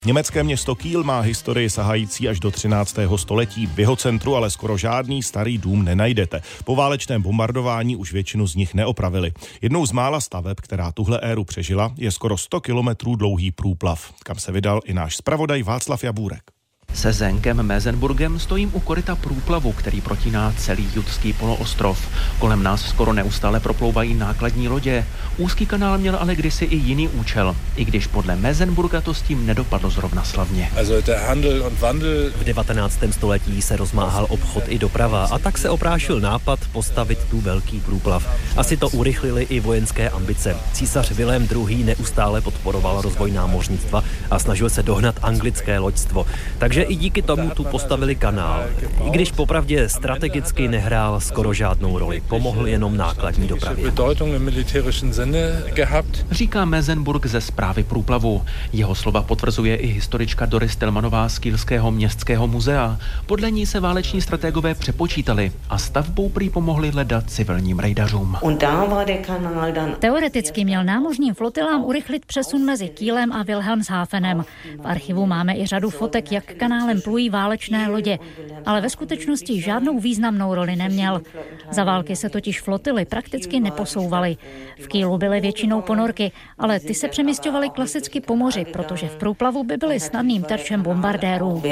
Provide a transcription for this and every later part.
Německé město Kiel má historii sahající až do 13. století. V jeho centru ale skoro žádný starý dům nenajdete. Po válečném bombardování už většinu z nich neopravili. Jednou z mála staveb, která tuhle éru přežila, je skoro 100 kilometrů dlouhý průplav, kam se vydal i náš zpravodaj Václav Jabůrek. Se Zenkem Mezenburgem stojím u koryta průplavu, který protíná celý Judský poloostrov. Kolem nás skoro neustále proplouvají nákladní lodě. Úzký kanál měl ale kdysi i jiný účel, i když podle Mezenburga to s tím nedopadlo zrovna slavně. V 19. století se rozmáhal obchod i doprava a tak se oprášil nápad postavit tu velký průplav. Asi to urychlili i vojenské ambice. Císař Vilém II. Neustále podporoval rozvoj námořnictva a snažil se dohnat anglické loďstvo. Takže i díky tomu tu postavili kanál. I když popravdě strategicky nehrál skoro žádnou roli, pomohl jenom nákladní dopravě. Říká Mezenburg ze správy průplavu. Jeho slova potvrzuje i historička Doris Tillmanová z Kielského městského muzea. Podle ní se váleční strategové přepočítali a stavbou prý pomohli ledat civilním rejdařům. Teoreticky měl námořním flotilám urychlit přesun mezi Kielem a Wilhelmshavenem. V archivu máme i řadu fotek, jak kanálem plují válečné lodě, ale ve skutečnosti žádnou významnou roli neměl. Za války se totiž flotily prakticky neposouvaly. V Kielu byly většinou ponorky, ale ty se přemisťovaly klasicky po moři, protože v průplavu by byly snadným terčem bombardérů.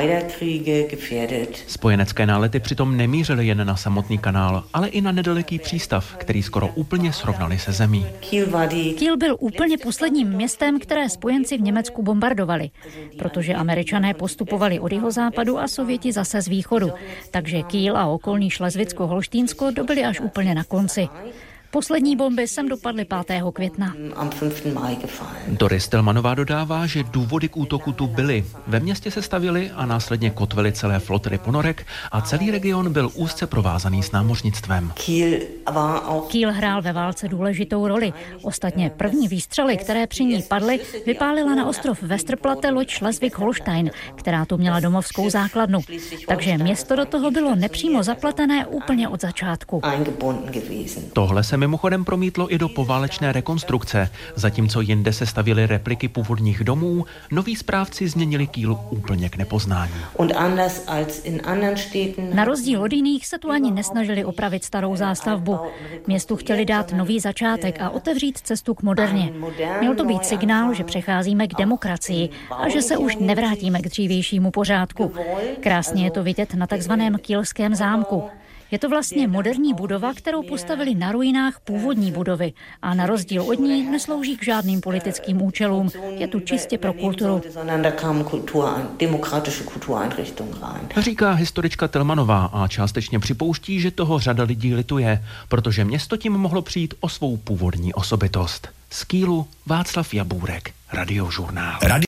Spojenecké nálety přitom nemířily jen na samotný kanál, ale i na nedaleký přístav, který skoro úplně srovnali se zemí. Kiel byl úplně posledním městem, které spojenci v Německu bombardovali, protože Američané postupovali od jihozápadu a Sověti zase z východu, takže Kiel a okolní Šlesvicko-Holštínsko dobyli až úplně na konci. Poslední bomby sem dopadly 5. května. Doris Tillmanová dodává, že důvody k útoku tu byly. Ve městě se stavěly a následně kotvily celé flotily ponorek a celý region byl úzce provázaný s námořnictvem. Kiel hrál ve válce důležitou roli. Ostatně první výstřely, které při ní padly, vypálila na ostrov Westerplatte loď Schleswig-Holstein, která tu měla domovskou základnu. Takže město do toho bylo nepřímo zapletené úplně od začátku. Tohle se mimochodem promítlo i do poválečné rekonstrukce. Zatímco jinde se stavěly repliky původních domů, noví správci změnili Kiel úplně k nepoznání. Na rozdíl od jiných se tu ani nesnažili opravit starou zástavbu. Městu chtěli dát nový začátek a otevřít cestu k moderně. Měl to být signál, že přecházíme k demokracii a že se už nevrátíme k dřívějšímu pořádku. Krásně je to vidět na takzvaném Kielském zámku. Je to vlastně moderní budova, kterou postavili na ruinách původní budovy a na rozdíl od ní neslouží k žádným politickým účelům. Je tu čistě pro kulturu. Říká historička Tillmanová a částečně připouští, že toho řada lidí lituje, protože město tím mohlo přijít o svou původní osobitost. Z Kielu Václav Jabůrek, Radiožurnál.